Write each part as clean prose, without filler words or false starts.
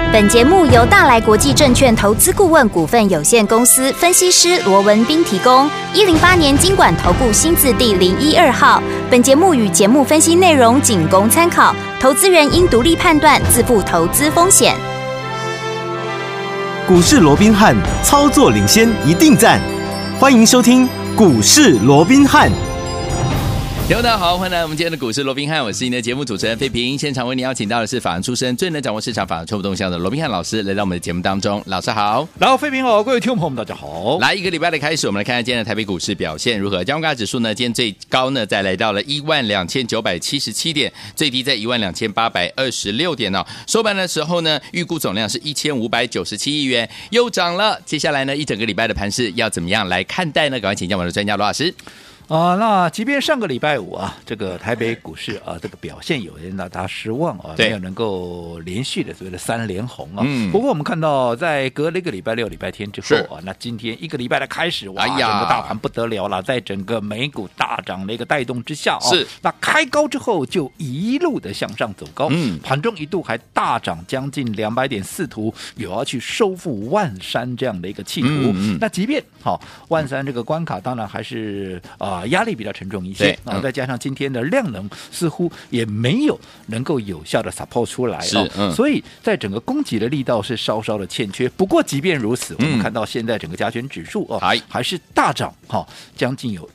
本节目由大来国际证券投资顾问股份有限公司分析师罗文彬提供，108年金管投顾新字第012号。本节目与节目分析内容仅供参考，投资人应独立判断，自负投资风险。 股市罗宾汉，操作领先一定赞。欢迎收听股市罗宾汉。 听众大家好，欢迎来到我们今天的股市罗宾汉，我是您的节目主持人费平。现场为您邀请到的是法人出身、最能掌握市场法人错误动向的罗宾汉老师，来到我们的节目当中。老师好。 然后费平好，各位听众朋友们大家好。 来一个礼拜的开始，我们来看看今天的台北股市表现如何。加权指数呢，今天最高呢再来到了12977点，最低在12826点哦。收盘的时候呢，预估总量是1597亿元，又涨了。接下来呢，一整个礼拜的盘势要怎么样来看待呢？赶快请教我们的专家罗老师。 那即便上个礼拜五啊，这个台北股市啊，这个表现有点让大家失望啊，没有能够连续的所谓的3连红啊。不过我们看到，在隔了一个礼拜六、礼拜天之后啊，那今天一个礼拜的开始，哇，整个大盘不得了了，在整个美股大涨的一个带动之下啊，那开高之后就一路的向上走高，盘中一度还大涨将近200点，试图有要去收复万山这样的一个企图。那即便万山这个关卡，当然还是压力比较沉重一些再加上今天的量能似乎也没有能够有效的 support 出来所以在整个攻击的力道是稍稍的欠缺。不过即便如此，我们看到现在整个加权指数还是大涨将近有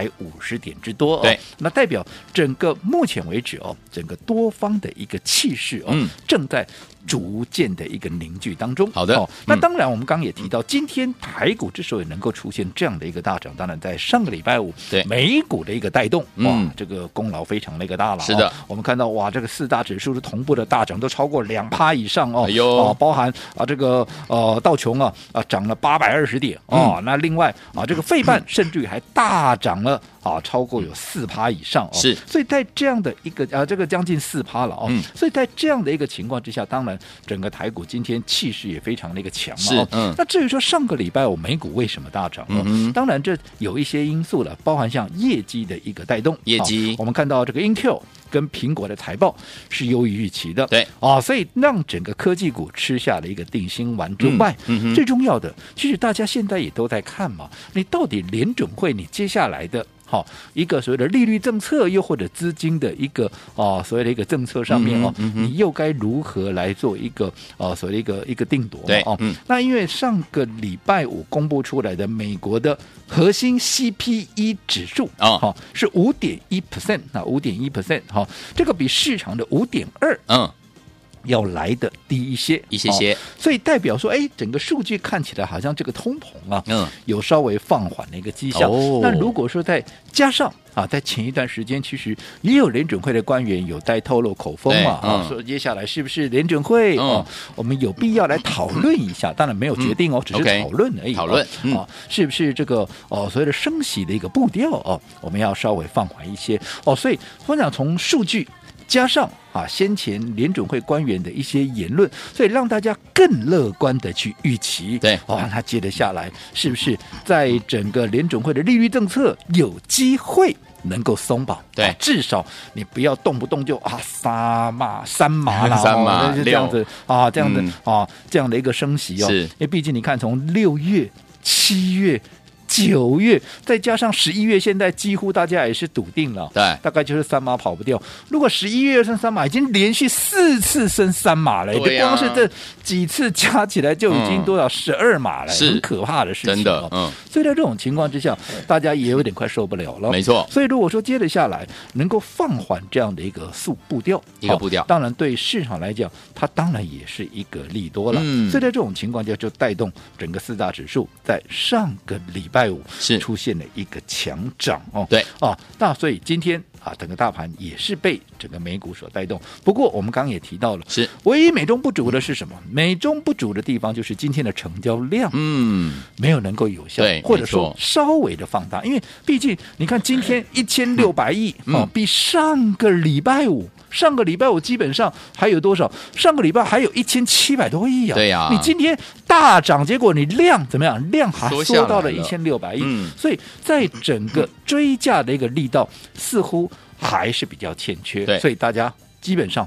150点之多对， 那代表整个目前为止整个多方的一个气势正在逐渐的一个凝聚当中。 好的那当然我们刚刚也提到，今天台股之所以能够出现这样的一个大涨，当然在上个礼拜五对美股的一个带动，这个功劳非常的一个大了。 是的， 我们看到哇，这个4大指数是同步的大涨，都超过2%以上包含这个道琼涨了820点那另外这个费半甚至于还大涨了超过有4%以上是， 所以在这样的一个这个将近4%了所以在这样的一个情况之下，当然整个台股今天气势也非常的一个强是那至于说上个礼拜我美股为什么大涨当然这有一些因素了，包含像业绩的一个带动， 业绩我们看到这个 Intel 跟苹果的财报是优于预期的， 对所以让整个科技股吃下了一个定心丸之外，最重要的，其实大家现在也都在看嘛，你到底联准会你接下来的一个所谓的利率政策，又或者资金的一个所谓的一个政策上面你又该如何来做一个所谓的一个定夺对那因为上个礼拜五公布出来的美国的核心 CPE 指数是 5.1% 5.1%这个比市场的 5.2% 要来的低一些所以代表说整个数据看起来好像这个通膨有稍微放缓的一个迹象那如果说再加上在前一段时间其实也有联准会的官员有在透露口风嘛说接下来是不是联准会我们有必要来讨论一下，当然没有决定只是讨论而已讨论是不是这个所谓的升息的一个步调我们要稍微放缓一些所以我想从数据加上先前联准会官员的一些言论，所以让大家更乐观的去预期， 对那接着下来是不是在整个联准会的利率政策有机会能够松绑？ 对， 至少你不要动不动就3码了 ，3码这样子这样子这样的一个升息是， 因为毕竟你看从6月、7月。9月再加上11月，现在几乎大家也是笃定了， 对， 大概就是3码跑不掉。如果11月升3码，已经连续4次升3码了，光是这几次加起来就已经多少12码了，很可怕的事情， 真的。 所以在这种情况之下，大家也有点快受不了了， 没错。 所以如果说接着下来能够放缓这样的一个步调，当然对市场来讲，它当然也是一个利多了。所以在这种情况下，就带动整个4大指数在上个礼拜五出现了一个强涨对那所以今天整个大盘也是被整个美股所带动。不过我们刚刚也提到了， 是唯一美中不足的是什么？美中不足的地方就是今天的成交量没有能够有效，或者说稍微的放大，因为毕竟你看今天1600亿比上个礼拜五基本上还有多少？上个礼拜还有1700多亿对呀， 你今天大涨，结果你量怎么样？量还缩到了1600亿，所以在整个追价的一个力道似乎还是比较欠缺，所以大家基本上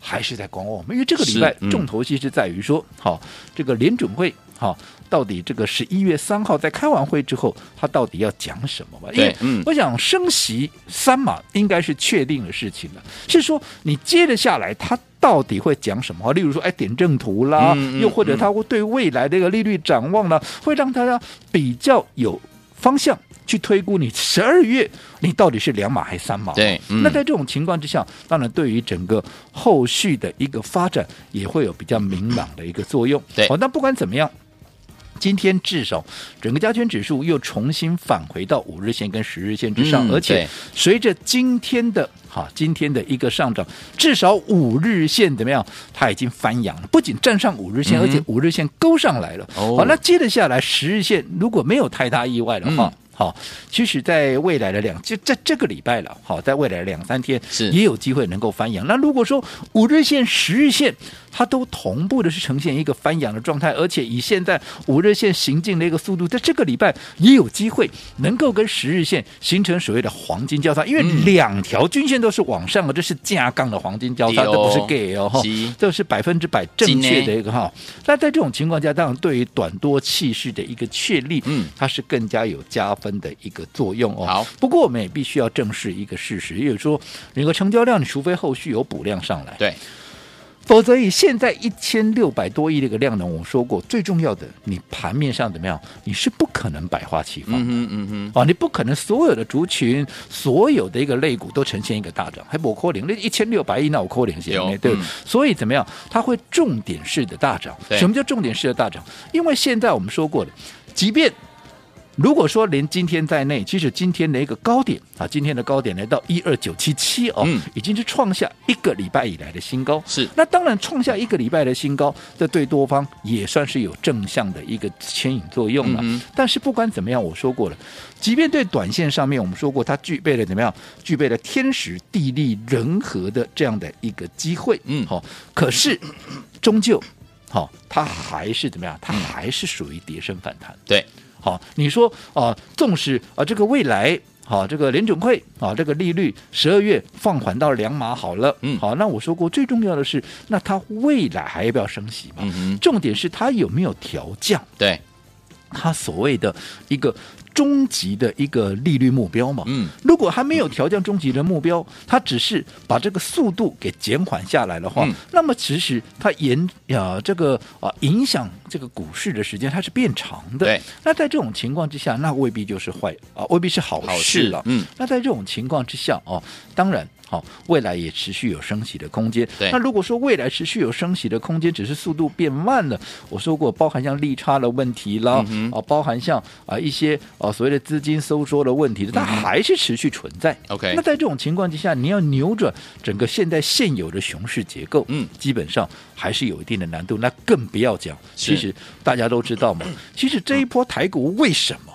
还是在观望我们，因为这个礼拜重头戏是在于说，好，这个联准会好。到底这个11月3号在开完会之后，他到底要讲什么吧？因为我想升息3码应该是确定的事情了，是说你接着下来他到底会讲什么？例如说，点阵图啦，又或者他会对未来的一个利率展望啦，会让大家比较有方向去推估你12月你到底是2码还是3码。 对， 那在这种情况之下，当然对于整个后续的一个发展也会有比较明朗的一个作用。 对， 那不管怎么样。今天至少整个加权指数又重新返回到5日线跟10日线之上，而且随着今天的一个上涨，至少5日线怎么样？它已经翻扬了，不仅站上5日线，而且5日线勾上来了。好，那接着下来10日线如果没有太大意外的话。好，其实在未来的这个礼拜了，好，在未来的2-3天也有机会能够翻扬。那如果说5日线、10日线它都同步的是呈现一个翻扬的状态，而且以现在5日线行进的一个速度，在这个礼拜也有机会能够跟10日线形成所谓的黄金交叉，因为2条均线都是往上的，这是架杠的黄金交叉，这不是 gay 哦，这是100%正确的一个哈。那在这种情况下，当然对于短多气势的一个确立，它是更加有加分的一个作用哦。 好， 不过我们也必须要正视一个事实，也就是说，那个成交量，你除非后续有补量上来， 对， 否则以现在1600多亿的一个量能，我说过，最重要的，你盘面上怎么样，你是不可能百花齐放的，你不可能所有的族群、所有的一个类股都呈现一个大涨，还不可能，那1600亿那我可能行，对，所以怎么样，它会重点式的大涨。什么叫重点式的大涨？因为现在我们说过了，即便如果说连今天在内，其实今天的一个高点今天的高点来到12977哦，已经是创下1个礼拜以来的新高。 是， 那当然创下1个礼拜的新高，这对多方也算是有正向的一个牵引作用了。但是不管怎么样，我说过了，即便对短线上面，我们说过它具备了怎么样？具备了天时地利人和的这样的一个机会。可是终究它还是怎么样？它还是属于跌升反弹。 对。 好，你说纵使这个未来这个联准会这个利率12月放缓到2码好了，好，那我说过最重要的是，那它未来还要不要升息嘛？重点是它有没有调降？ 对， 它所谓的一个终极的一个利率目标嘛，如果还没有调降终极的目标，它只是把这个速度给减缓下来的话，那么其实它影响这个股市的时间它是变长的。 对， 那在这种情况之下，那未必就是未必是好事了。那在这种情况之下当然。好，未来也持续有升息的空间。那如果说未来持续有升息的空间，只是速度变慢了，我说过，包含像利差的问题啦，包含像一些所谓的资金收缩的问题，它还是持续存在。 OK， 那在这种情况之下，你要扭转整个现有的熊市结构，基本上还是有一定的难度。那更不要讲，其实大家都知道嘛，其实这一波台股为什么？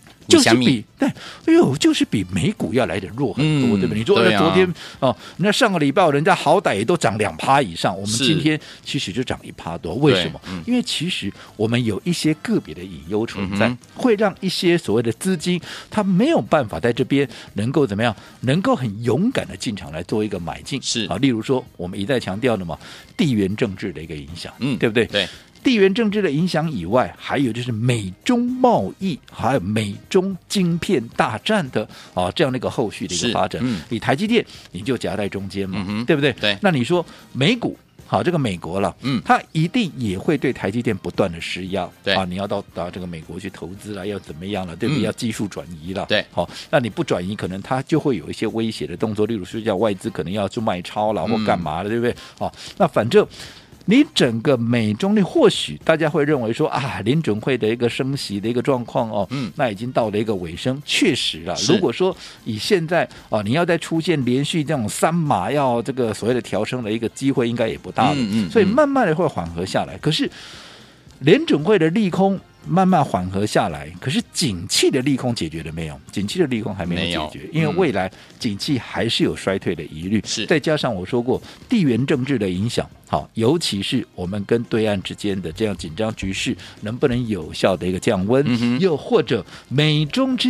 就是比美股要来的弱很多，对不对？你说昨天那上个礼拜人家好歹也都涨2%以上，我们今天其实就涨1%多，为什么？因为其实我们有一些个别的隐忧存在，会让一些所谓的资金它没有办法在这边能够怎么样，能够很勇敢的进场来做一个买进。 是例如说我们一再强调的嘛，地缘政治的一个影响，对不对？ 对。 地缘政治的影响以外，还有就是美中贸易，还有美中晶片大战的这样的一个后续的一个发展。你台积电你就夹在中间嘛，对不对？ 对。 那你说美股这个美国了，它一定也会对台积电不断的施压。 对你要到这个美国去投资了，要怎么样了，对不对？要技术转移了。 对。 好，那你不转移，可能它就会有一些威胁的动作，例如说叫外资可能要去卖超了或干嘛了，对不对？那反正。你整个美中的或许大家会认为说联准会的一个升息的一个状况那已经到了一个尾声。确实了，如果说以现在你要再出现连续这种3码要这个所谓的调升的一个机会，应该也不大了。所以慢慢的会缓和下来。可是联准会的利空慢慢缓和下来，可是景气的利空解决了没有？景气的利空还没有解决，因为未来景气还是有衰退的疑虑。再加上我说过地缘政治的影响，尤其是我们跟对岸之间的这样紧张局势能不能有效的一个降温，又或者美中之间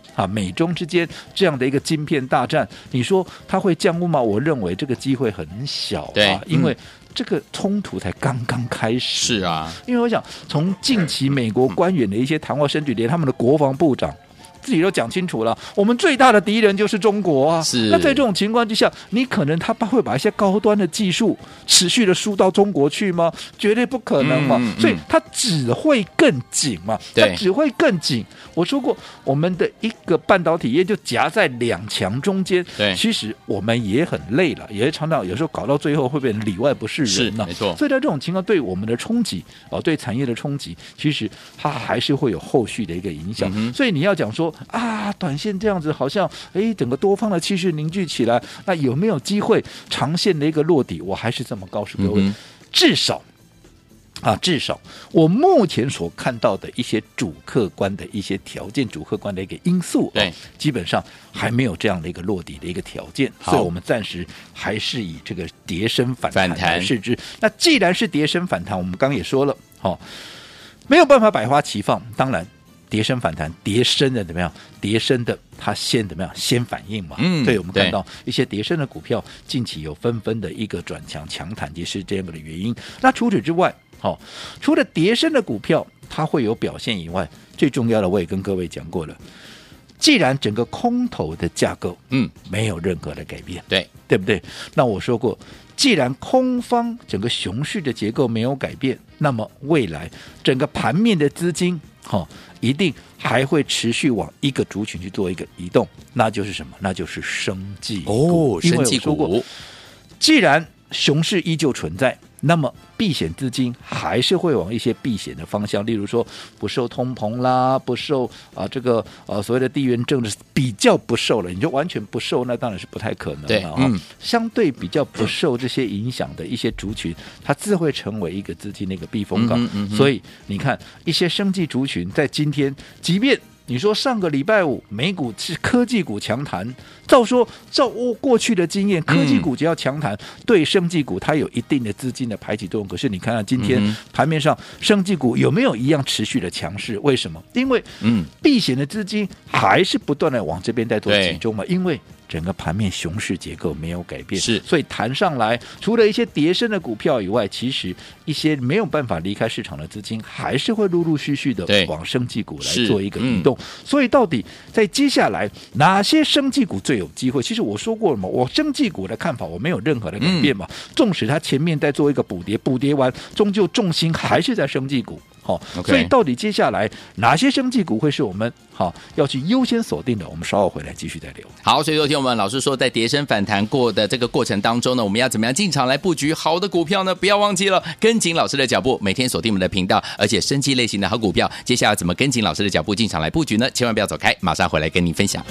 美中之间这样的一个晶片大战，你说它会降温吗？我认为这个机会很小因为这个冲突才刚刚开始。 是啊， 因为我想从近期美国官员的一些谈话，甚至连他们的国防部长自己都讲清楚了，我们最大的敌人就是中国啊。 是。 那在这种情况之下，你可能他会把一些高端的技术持续的输到中国去吗？绝对不可能嘛。所以它只会更紧嘛。它只会更紧。我说过，我们的一个半导体业就夹在两强中间。 对。 其实我们也很累了，也常常有时候搞到最后会变成里外不是人了。 没错。 所以在这种情况对我们的冲击对产业的冲击，其实它还是会有后续的一个影响。所以你要讲说短线这样子好像整个多方的气势凝聚起来，那有没有机会长线的一个落底？我还是这么告诉各位，至少我目前所看到的一些主客观的一些条件，主客观的一个因素，基本上还没有这样的一个落底的一个条件，所以我们暂时还是以这个跌升反弹来视之。那既然是跌升反弹，我们刚刚也说了，没有办法百花齐放，当然。跌升反弹，跌升的怎么样？跌升的它先怎么样？先反应嘛。所以我们看到一些跌升的股票近期有纷纷的一个转强强弹，也是这样的原因。那除此之外，除了跌升的股票它会有表现以外，最重要的我也跟各位讲过了。既然整个空头的架构没有任何的改变，对不对？那我说过，既然空方整个熊市的结构没有改变，那么未来整个盘面的资金一定还会持续往一个族群去做一个移动，那就是什么？那就是生技股。 生技股。 因为我说过，既然熊市依旧存在，那么避险资金还是会往一些避险的方向，例如说不受通膨啦，不受这个所谓的地缘政治比较不受了，你就完全不受，那当然是不太可能了。相对比较不受这些影响的一些族群，它自会成为一个资金的一个避风港。所以你看一些生技族群在今天，即便你说上个礼拜五美股是科技股强弹，照过去的经验，科技股只要强弹，对生技股它有一定的资金的排挤作用。可是你看看今天盘面上生技股有没有一样持续的强势？为什么？因为避险的资金还是不断的往这边在做集中嘛，因为整个盘面熊市结构没有改变，所以弹上来，除了一些跌升的股票以外，其实一些没有办法离开市场的资金，还是会陆陆续续的往生技股来做一个移动。所以到底在接下来哪些生技股最有机会？其实我说过了嘛，我生技股的看法我没有任何的改变嘛。纵使它前面在做一个补跌完，终究重心还是在生技股。所以到底接下来哪些生技股会是我们要去优先锁定的？我们稍后回来继续再聊。 好，所以昨天我们老师说，在跌升反弹过的这个过程当中呢，我们要怎么样进场来布局好的股票呢？不要忘记了跟紧老师的脚步，每天锁定我们的频道，而且生技类型的好股票，接下来怎么跟紧老师的脚步进场来布局呢？千万不要走开，马上回来跟您分享。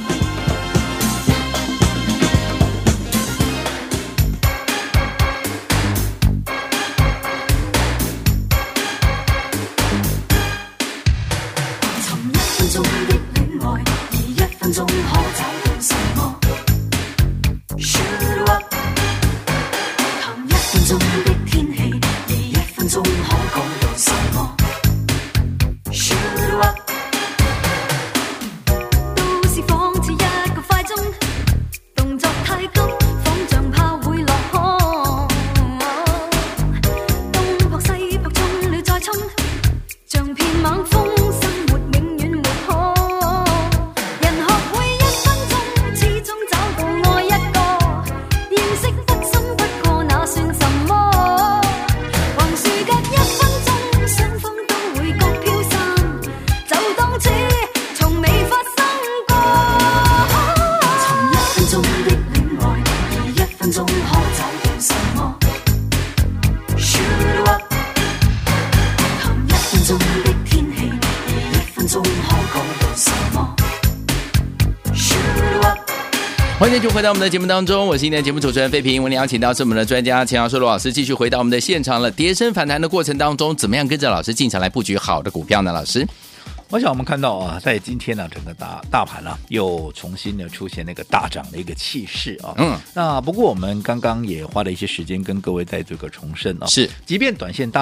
欢迎继续回到我们的节目当中，我是今天的节目主持人费平。我们邀请到是我们的专家钱老师罗老师，继续回到我们的现场了。跌升反弹的过程当中，怎么样跟着老师进场来布局好的股票呢？老师， 我想我们看到在今天呢，整个大盘又重新的出现那个大涨的一个气势那不过我们刚刚也花了一些时间跟各位在这个重申是，即便短线大涨，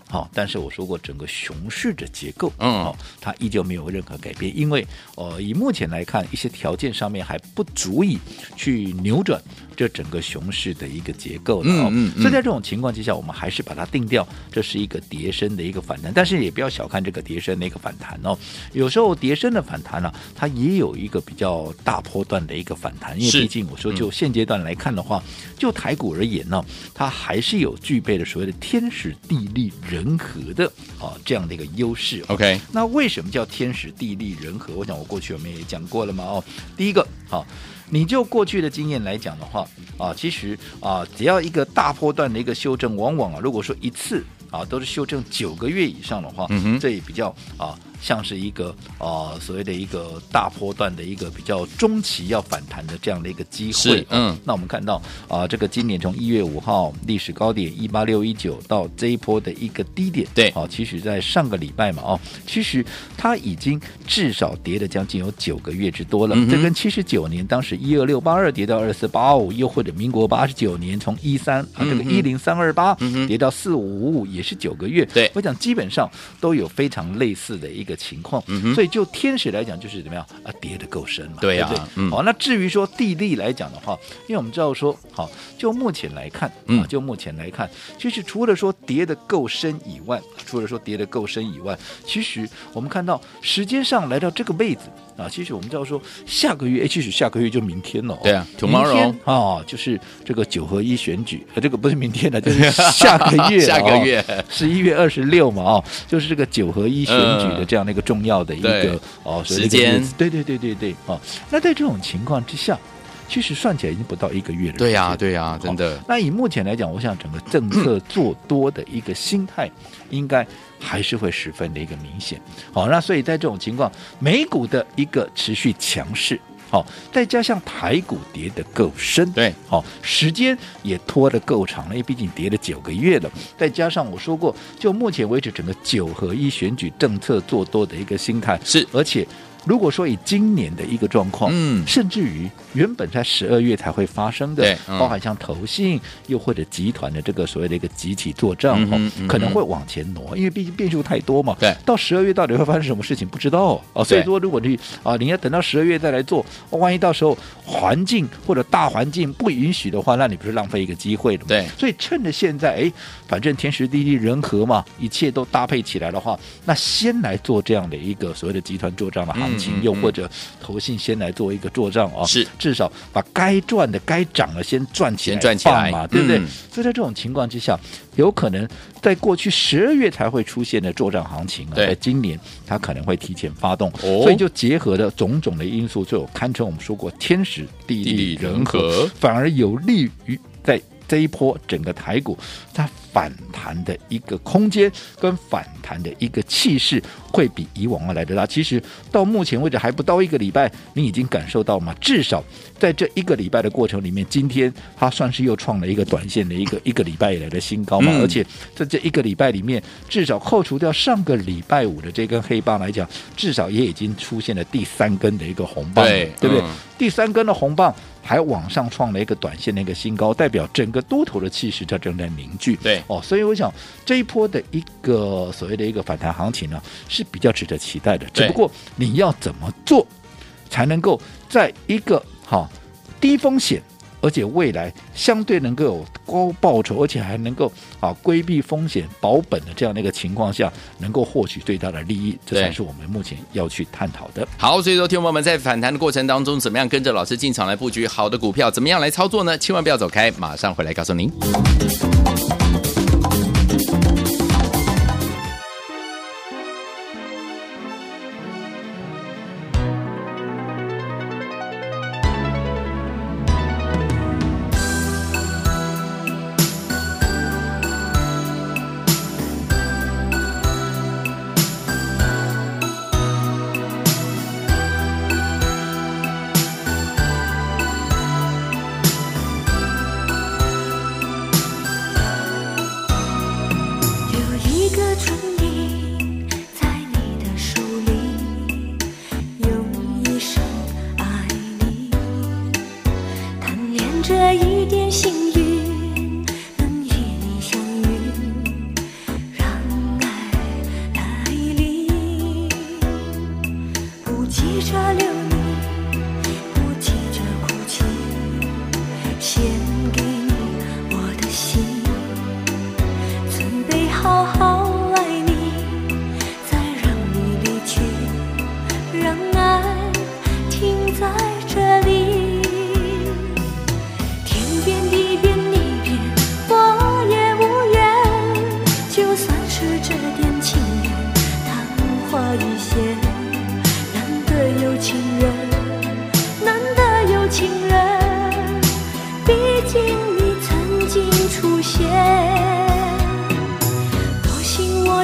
但是我说过整个熊市的结构，它依旧没有任何改变，因为以目前来看，一些条件上面还不足以去扭转这整个熊市的一个结构了所以在这种情况之下，我们还是把它定调，这是一个跌升的一个反弹，但是也不要小看这个跌升的一个反弹有时候跌升的反弹它也有一个比较大波段的一个反弹，因为毕竟我说就现阶段来看的话，就台股而言它还是有具备了所谓的天时地利人和的这样的一个优势。 OK， 那为什么叫天时地利人和？我想我过去我们也讲过了嘛第一个你就过去的经验来讲的话其实只要一个大波段的一个修正，往往如果说一次都是修正9个月以上的话，这也比较像是一个所谓的一个大波段的一个比较中期要反弹的这样的一个机会。那我们看到这个今年从1月5号历史高点18619到这一波的一个低点， 对， 其实在上个礼拜嘛其实它已经至少跌了将近有9个月之多了。这跟79年当时12682跌到24855，又或者民国89年从这个10328跌到4555，也是9个月。 对， 我讲基本上都有非常类似的一个情况，所以就天时来讲，就是怎么样跌得够深嘛， 对啊， 对不对？那至于说地利来讲的话，因为我们知道说，就目前来看，其实除了说跌得够深以外，其实我们看到时间上来到这个位置其实我们知道说下个月，其实下个月就明天了对啊 ，tomorrow 明天就是这个9合1选举，这个不是明天的，就是下个月， 下个月 11月26嘛就是这个9合1选举的这样的一个重要的一个时间， 对那在这种情况之下，其实算起来已经不到1个月了。 对呀，真的。 那以目前来讲，我想整个政策做多的一个心态，应该还是会十分的一个明显。那所以在这种情况，美股的一个持续强势，再加上台股跌得够深， 对， 时间也拖得够长了，因为毕竟跌了9个月了。再加上我说过，就目前为止，整个9合1选举政策做多的一个心态是， 而且如果说以今年的一个状况，甚至于原本在12月才会发生的，包含像投信又或者集团的这个所谓的一个集体做账，可能会往前挪，因为毕竟变数太多嘛。 对， 到12月到底会发生什么事情不知道所以说如果你要等到12月再来做，万一到时候环境或者大环境不允许的话，那你不是浪费一个机会了吗？ 对， 所以趁着现在反正天时地利人和嘛，一切都搭配起来的话，那先来做这样的一个所谓的集团做账的行情，又或者投信先来做一个做账是至少把该赚的该涨的先赚起来嘛，对不对？所以在这种情况之下，有可能在过去12月才会出现的做账行情在今年它可能会提前发动，所以就结合了种种的因素，就堪称我们说过天时地利人和，反而有利于在这一波整个台股它反弹的一个空间跟反弹的一个气势会比以往来得大。其实到目前为止还不到1个礼拜，你已经感受到嘛？至少在这1个礼拜的过程里面，今天它算是又创了一个短线的一个礼拜以来的新高嘛。而且在这1个礼拜里面，至少扣除掉上个礼拜5的这根黑棒来讲，至少也已经出现了第3根的一个红棒，对不对？第3根的红棒还往上创了一个短线的一个新高，代表整个多头的气势它正在凝聚。 对所以我想这一波的一个所谓的一个反弹行情呢，是比较值得期待的。只不过你要怎么做才能够在一个低风险，而且未来相对能够有高报酬，而且还能够规避风险保本的这样的一个情况下，能够获取最大的利益，这才是我们目前要去探讨的。 好，所以说听众朋友们在反弹的过程当中，怎么样跟着老师进场来布局好的股票，怎么样来操作呢？千万不要走开，马上回来告诉您。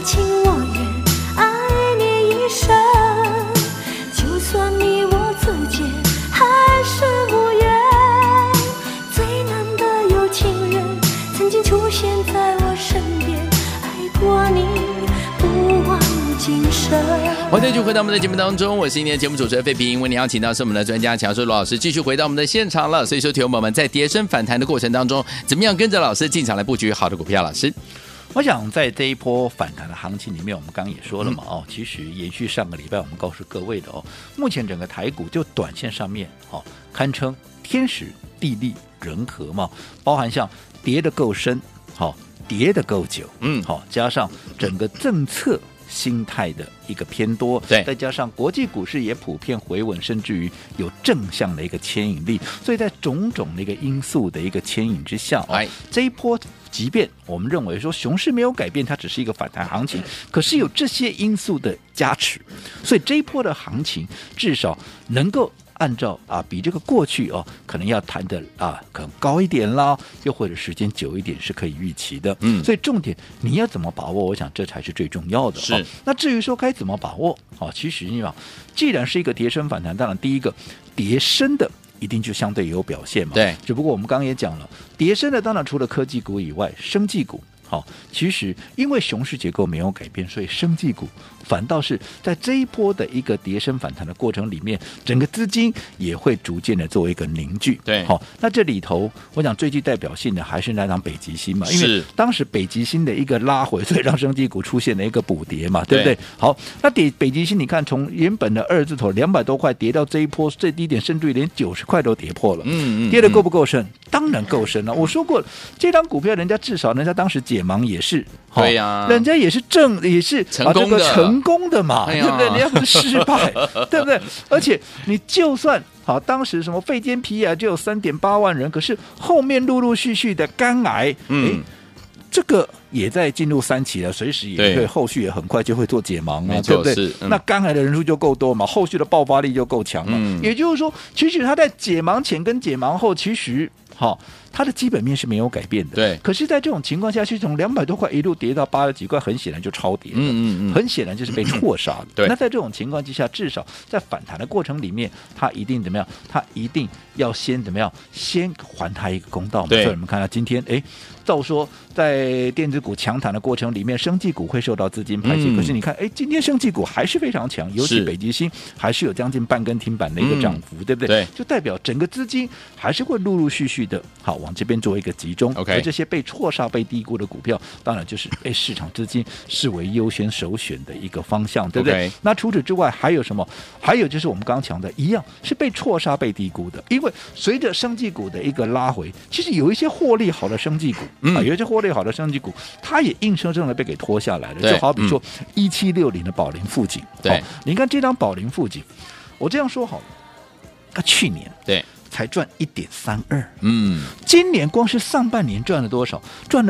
情我愿爱你一生，就算你我之间还是无缘，最难的有情人曾经出现在我身边，爱过你不忘今生。 欢迎继续回到我们的节目当中，我是今天的节目主持人费平，为您邀请到是我们的专家强硕罗老师，继续回到我们的现场了。所以说，听众朋友们在跌升反弹的过程当中，怎么样跟着老师进场来布局好的股票？老师， 我想在这一波反弹的行情里面，我们刚刚也说了嘛，其实延续上个礼拜我们告诉各位的目前整个台股就短线上面堪称天时地利人和嘛，包含像跌得够深，跌得够久，加上整个政策心态的一个偏多， 对， 再加上国际股市也普遍回稳，甚至于有正向的一个牵引力，所以在种种的一个因素的一个牵引之下，这一波即便我们认为说熊市没有改变，它只是一个反弹行情，可是有这些因素的加持，所以这一波的行情至少能够按照比这个过去可能要谈的可能高一点啦，又或者时间久一点是可以预期的。所以重点你要怎么把握，我想这才是最重要的。 是。 那至于说该怎么把握，其实既然是一个跌升反弹，当然第一个跌升的一定就相对有表现嘛。 对。 只不过我们刚刚也讲了，跌升的当然除了科技股以外，生技股。其实因为熊市结构没有改变，所以生技股反倒是在这一波的一个跌升反弹的过程里面，整个资金也会逐渐的作为一个凝聚。 对， 那这里头我想最具代表性的还是那档北极星嘛，因为当时北极星的一个拉回，所以让生技股出现了一个补跌嘛，对不对？好，那北极星你看从原本的2字头200多块跌到这一波最低点，甚至于连90块都跌破了，跌得够不够深？当然够深了。我说过，这张股票人家至少人家当时解盲也是， 对呀， 人家也是成功的嘛，对不对？人家不是失败，对不对？而且你就算当时什么肺间皮癌就有3.8万人，可是后面陆陆续续的肝癌，这个也在进入3期了，随时也对，后续也很快就会做解盲啊，对不对？那肝癌的人数就够多嘛，后续的爆发力就够强嘛。也就是说，其实他在解盲前跟解盲后，其实它的基本面是没有改变的。 对。 可是，在这种情况下，是从200多块一路跌到80几块，很显然就超跌了。很显然就是被错杀的。 对。 那在这种情况之下，至少在反弹的过程里面，它一定怎么样？它一定要先怎么样？先还它一个公道嘛。所以我们看到今天，照说在电子股强弹的过程里面，生技股会受到资金排挤。可是你看，今天生技股还是非常强，尤其北极星还是有将近半根停板的一个涨幅，对不对？ 对。 就代表整个资金还是会陆陆续续的往这边做一个集中。而这些被错杀、被低估的股票，当然就是市场资金视为优先首选的一个方向，对不对？那除此之外还有什么？还有就是我们刚刚讲的一样是被错杀、被低估的，因为随着生技股的一个拉回，其实有一些获利好的生技股。有一些获利好的生技股，它也硬生生的被给拖下来了。就好比说1760的宝林富锦，你看这张宝林富锦，我这样说好了，它去年才赚1.32，今年光是上半年赚了多少？赚了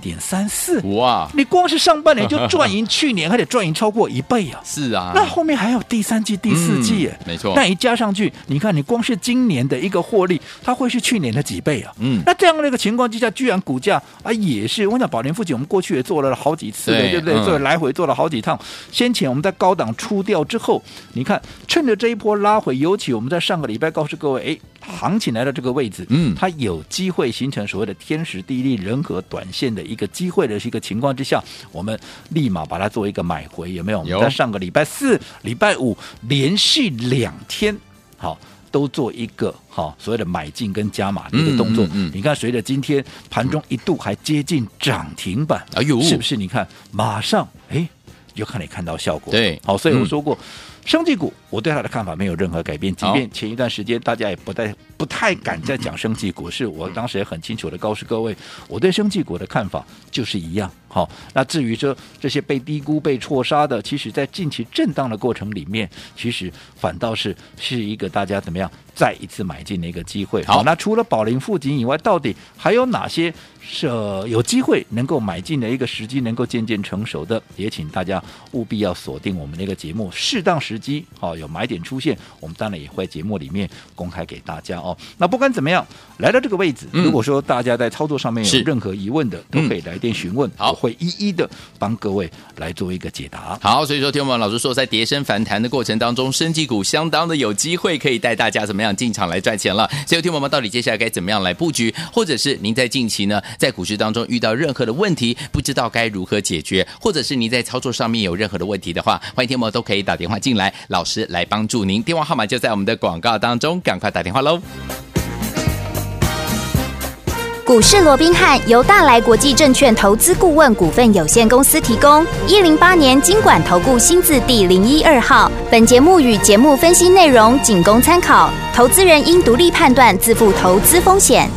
2.34，哇！你光是上半年就赚赢去年，还得赚赢超过1倍啊！ 是啊， 那后面还有第3季、第4季， 没错。 那一加上去，你看你光是今年的一个获利，它会是去年的几倍啊？那这样的一个情况之下，居然股价也是，我想宝林富锦我们过去也做了好几次的，对不对？做来回做了好几趟。先前我们在高档出掉之后，你看趁着这一波拉回，尤其我们在上个礼拜告诉各位，行情来到这个位置，它有机会形成所谓的天时地利人和短线的一个机会的一个情况之下，我们立马把它做一个买回，有没有？我们在上个礼拜4、礼拜5连续2天，都做一个所谓的买进跟加码的一个动作。你看，随着今天盘中一度还接近涨停板，是不是？你看，马上就看到效果。 对， 所以我说过。生技股，我对它的看法没有任何改变。即便前一段时间大家也不太敢再讲生技股，是我当时也很清楚的告诉各位，我对生技股的看法就是一样。那至于说这些被低估、被错杀的，其实在近期震荡的过程里面，其实反倒是一个大家怎么样再一次买进的一个机会。好，那除了宝林富锦以外，到底还有哪些是有机会能够买进的一个时机能够渐渐成熟的？也请大家务必要锁定我们的一个节目，适当时机有买点出现，我们当然也会节目里面公开给大家那不管怎么样，来到这个位置，如果说大家在操作上面有任何疑问的，都可以来电询问，我会一一的帮各位来做一个解答。 好，所以说听我们老师说，在跌升反弹的过程当中，生技股相当的有机会可以带大家怎么样进场来赚钱了。所以听我们到底接下来该怎么样来布局，或者是您在近期呢在股市当中遇到任何的问题，不知道该如何解决，或者是您在操作上面有任何的问题的话，欢迎听我们都可以打电话进来，老师来帮助您。电话号码就在我们的广告当中，赶快打电话咯。 股市罗宾汉由大来国际证券投资顾问股份有限公司提供，108年金管投顾新字第012号。本节目与节目分析内容仅供参考，投资人应独立判断，自负投资风险。